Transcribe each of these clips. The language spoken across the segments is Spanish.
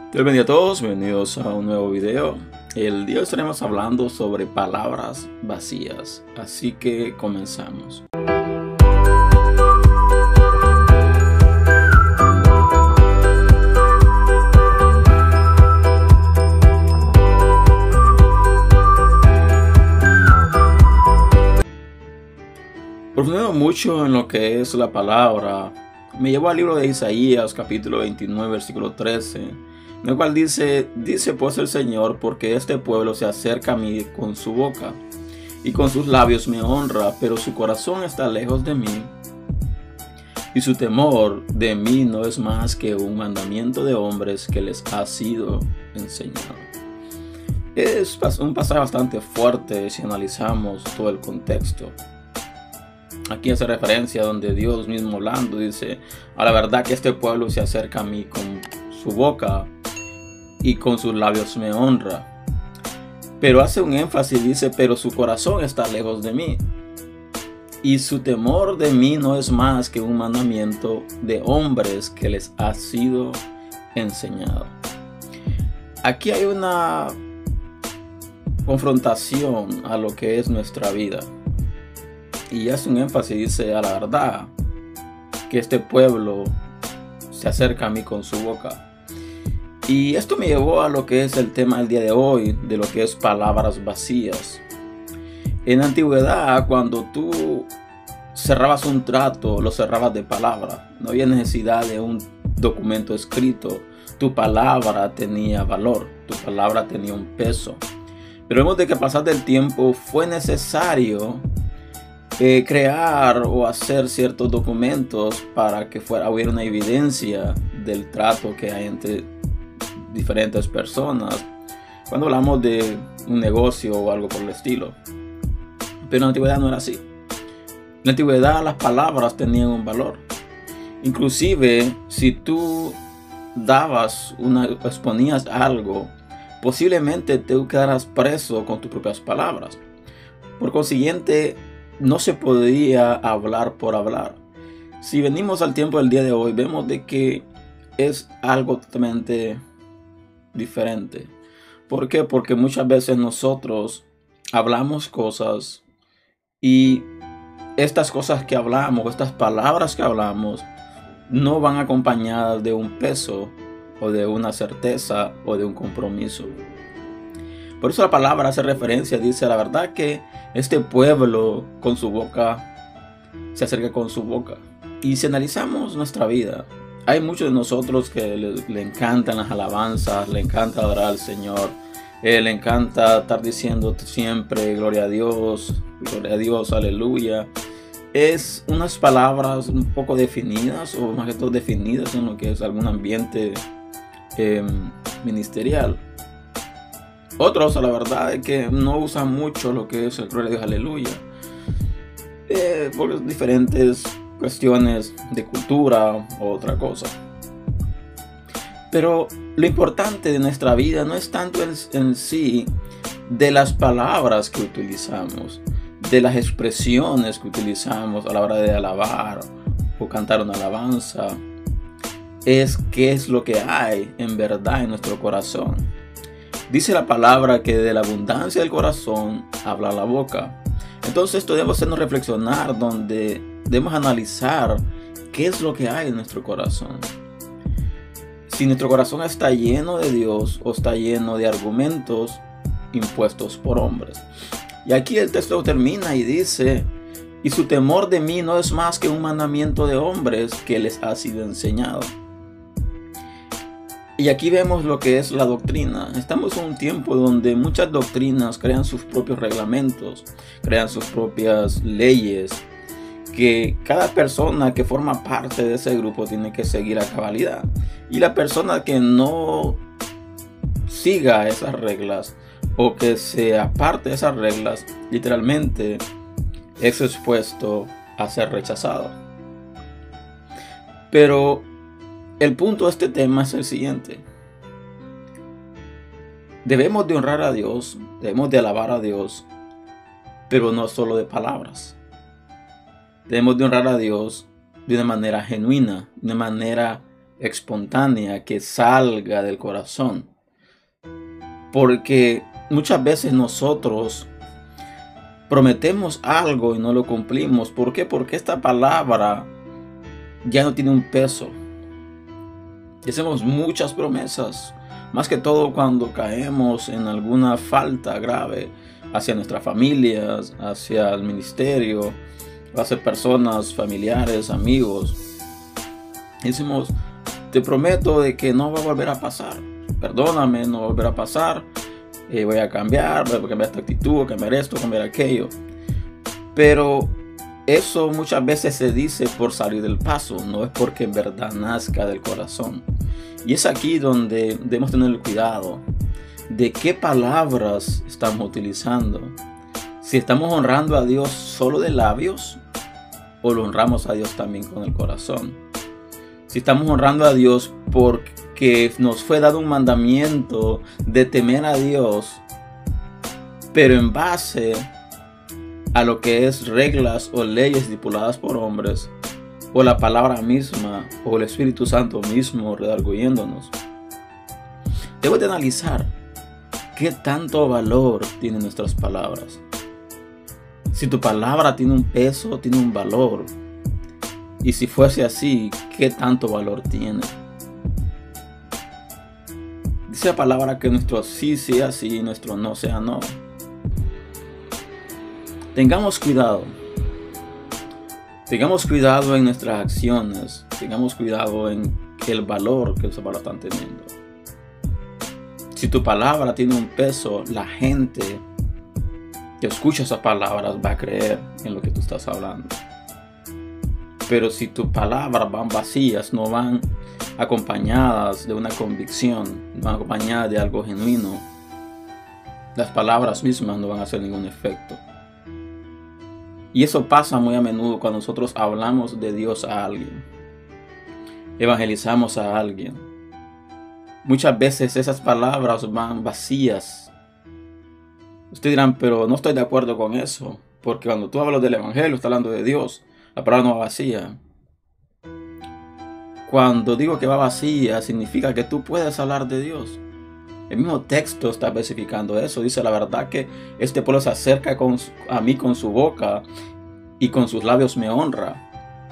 Bienvenidos a todos, bienvenidos a un nuevo video. El día de hoy estaremos hablando sobre palabras vacías, así que comenzamos. Profundizando mucho en lo que es la palabra, me llevó al libro de Isaías, capítulo 29, versículo 13, en el cual dice pues el Señor, porque este pueblo se acerca a mí con su boca, y con sus labios me honra, pero su corazón está lejos de mí, y su temor de mí no es más que un mandamiento de hombres que les ha sido enseñado. Es un pasaje bastante fuerte si analizamos todo el contexto. Aquí hace referencia donde Dios mismo hablando dice: a la verdad que este pueblo se acerca a mí con su boca y con sus labios me honra. Pero hace un énfasis, dice: pero su corazón está lejos de mí, y su temor de mí no es más que un mandamiento de hombres que les ha sido enseñado. Aquí hay una confrontación a lo que es nuestra vida. Y hace un énfasis, dice: a la verdad que este pueblo se acerca a mí con su boca. Y esto me llevó a lo que es el tema del día de hoy, de lo que es palabras vacías. En la antigüedad, cuando tú cerrabas un trato, lo cerrabas de palabra. No había necesidad de un documento escrito. Tu palabra tenía valor, tu palabra tenía un peso. Pero vemos de que a pasar del tiempo fue necesario crear o hacer ciertos documentos para que hubiera una evidencia del trato que hay entre diferentes personas cuando hablamos de un negocio o algo por el estilo. Pero en la antigüedad no era así. En la antigüedad las palabras tenían un valor. Inclusive si tú exponías algo, posiblemente te quedaras preso con tus propias palabras. Por consiguiente, no se podía hablar por hablar. Si venimos al tiempo del día de hoy, vemos de que es algo totalmente diferente. ¿Por qué? Porque muchas veces nosotros hablamos cosas y estas cosas que hablamos, estas palabras que hablamos, no van acompañadas de un peso o de una certeza o de un compromiso. Por eso la palabra hace referencia, dice: a la verdad que este pueblo con su boca se acerca con su boca. Y si analizamos nuestra vida, hay muchos de nosotros que le encantan las alabanzas, le encanta adorar al Señor, le encanta estar diciendo siempre gloria a Dios, aleluya. Es unas palabras un poco definidas, o más que todo definidas en lo que es algún ambiente ministerial. Otros, a la verdad, es que no usan mucho lo que es el gloria a Dios, aleluya, por diferentes cuestiones de cultura o otra cosa. Pero lo importante de nuestra vida no es tanto en sí de las palabras que utilizamos, de las expresiones que utilizamos a la hora de alabar o cantar una alabanza. Es qué es lo que hay en verdad en nuestro corazón. Dice la palabra que de la abundancia del corazón habla la boca. Entonces esto debe hacernos reflexionar, donde debemos analizar qué es lo que hay en nuestro corazón. Si nuestro corazón está lleno de Dios o está lleno de argumentos impuestos por hombres. Y aquí el texto termina y dice: y su temor de mí no es más que un mandamiento de hombres que les ha sido enseñado. Y aquí vemos lo que es la doctrina. Estamos en un tiempo donde muchas doctrinas crean sus propios reglamentos, crean sus propias leyes, que cada persona que forma parte de ese grupo tiene que seguir a cabalidad. Y la persona que no siga esas reglas o que se aparte de esas reglas, literalmente es expuesto a ser rechazado. Pero el punto de este tema es el siguiente: debemos de honrar a Dios, debemos de alabar a Dios, pero no solo de palabras. Debemos de honrar a Dios de una manera genuina, de una manera espontánea, que salga del corazón. Porque muchas veces nosotros prometemos algo y no lo cumplimos. ¿Por qué? Porque esta palabra ya no tiene un peso. Y hacemos muchas promesas, más que todo cuando caemos en alguna falta grave hacia nuestras familias, hacia el ministerio, hacia personas, familiares, amigos. Decimos, te prometo de que no va a volver a pasar. Perdóname, no va a volver a pasar. Voy a cambiar esta actitud, voy a cambiar esto, cambiar aquello. Pero eso muchas veces se dice por salir del paso, no es porque en verdad nazca del corazón. Y es aquí donde debemos tener cuidado de qué palabras estamos utilizando. Si estamos honrando a Dios solo de labios o lo honramos a Dios también con el corazón. Si estamos honrando a Dios porque nos fue dado un mandamiento de temer a Dios, pero en base a lo que es reglas o leyes estipuladas por hombres, o la palabra misma, o el Espíritu Santo mismo redarguyéndonos. Debo de analizar qué tanto valor tienen nuestras palabras. Si tu palabra tiene un peso, tiene un valor. Y si fuese así, ¿qué tanto valor tiene? Dice la palabra que nuestro sí sea sí y nuestro no sea no. Tengamos cuidado. Tengamos cuidado en nuestras acciones. Tengamos cuidado en el valor que esa palabra está teniendo. Si tu palabra tiene un peso, la gente que escucha esas palabras va a creer en lo que tú estás hablando. Pero si tus palabras van vacías, no van acompañadas de una convicción, no van acompañadas de algo genuino, las palabras mismas no van a hacer ningún efecto. Y eso pasa muy a menudo cuando nosotros hablamos de Dios a alguien, evangelizamos a alguien. Muchas veces esas palabras van vacías. Ustedes dirán, pero no estoy de acuerdo con eso, porque cuando tú hablas del evangelio, estás hablando de Dios, la palabra no va vacía. Cuando digo que va vacía, significa que tú puedes hablar de Dios. El mismo texto está especificando eso. Dice, la verdad que este pueblo se acerca a mí con su boca y con sus labios me honra.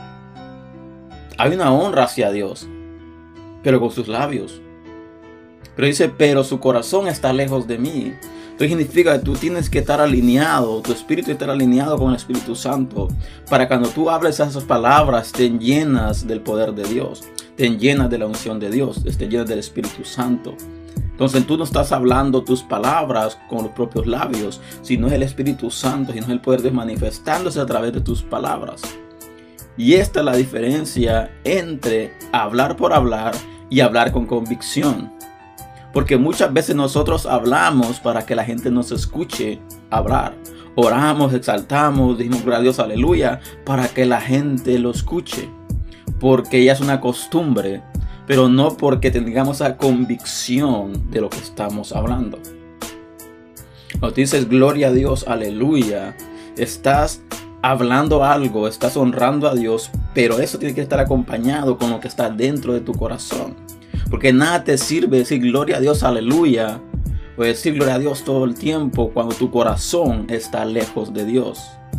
Hay una honra hacia Dios, pero con sus labios. Pero dice, pero su corazón está lejos de mí. Entonces significa que tú tienes que estar alineado, tu espíritu estar alineado con el Espíritu Santo, para cuando tú hables esas palabras estén llenas del poder de Dios, estén llenas de la unción de Dios, estén llenas del Espíritu Santo. Entonces tú no estás hablando tus palabras con los propios labios, sino es el Espíritu Santo, sino es el poder de manifestándose a través de tus palabras. Y esta es la diferencia entre hablar por hablar y hablar con convicción. Porque muchas veces nosotros hablamos para que la gente nos escuche hablar. Oramos, exaltamos, decimos gloria a Dios, aleluya, para que la gente lo escuche. Porque ya es una costumbre, pero no porque tengamos esa convicción de lo que estamos hablando. Cuando dices gloria a Dios, aleluya, estás hablando algo, estás honrando a Dios, pero eso tiene que estar acompañado con lo que está dentro de tu corazón. Porque nada te sirve decir gloria a Dios, aleluya, o decir gloria a Dios todo el tiempo cuando tu corazón está lejos de Dios.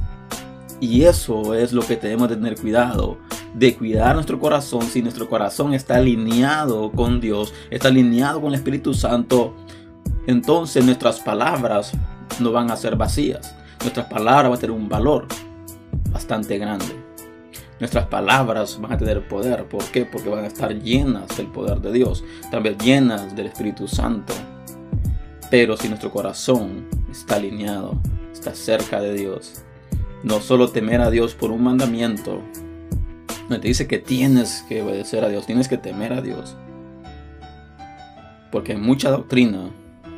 Y eso es lo que tenemos que tener cuidado, de cuidar nuestro corazón. Si nuestro corazón está alineado con Dios, está alineado con el Espíritu Santo, entonces nuestras palabras no van a ser vacías. Nuestras palabras van a tener un valor bastante grande. Nuestras palabras van a tener poder. ¿Por qué? Porque van a estar llenas del poder de Dios, también llenas del Espíritu Santo. Pero si nuestro corazón está alineado, está cerca de Dios, no solo temer a Dios por un mandamiento, no te dice que tienes que obedecer a Dios, tienes que temer a Dios. Porque hay mucha doctrina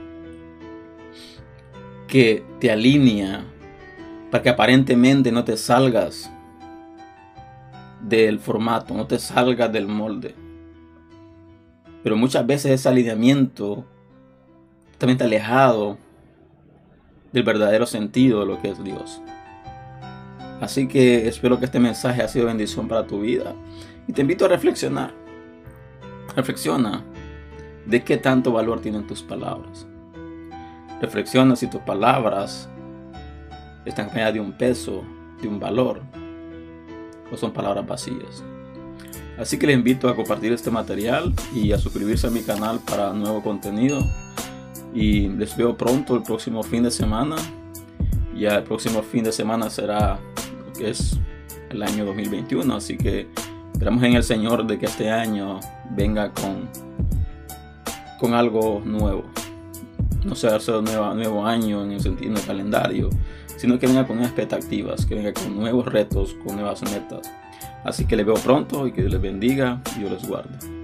que te alinea para que aparentemente no te salgas del formato, no te salgas del molde. Pero muchas veces ese alineamiento también está alejado del verdadero sentido de lo que es Dios. Así que espero que este mensaje ha sido bendición para tu vida y te invito a reflexionar. Reflexiona de qué tanto valor tienen tus palabras. Reflexiona si tus palabras están acompañadas de un peso, de un valor, o son palabras vacías. Así que les invito a compartir este material y a suscribirse a mi canal para nuevo contenido. Y les veo pronto el próximo fin de semana. Ya el próximo fin de semana será lo que es el año 2021. Así que esperamos en el Señor de que este año venga con algo nuevo. No sea un nuevo año en el sentido del calendario, sino que venga con expectativas, que venga con nuevos retos, con nuevas metas. Así que les veo pronto y que Dios les bendiga y Dios les guarde.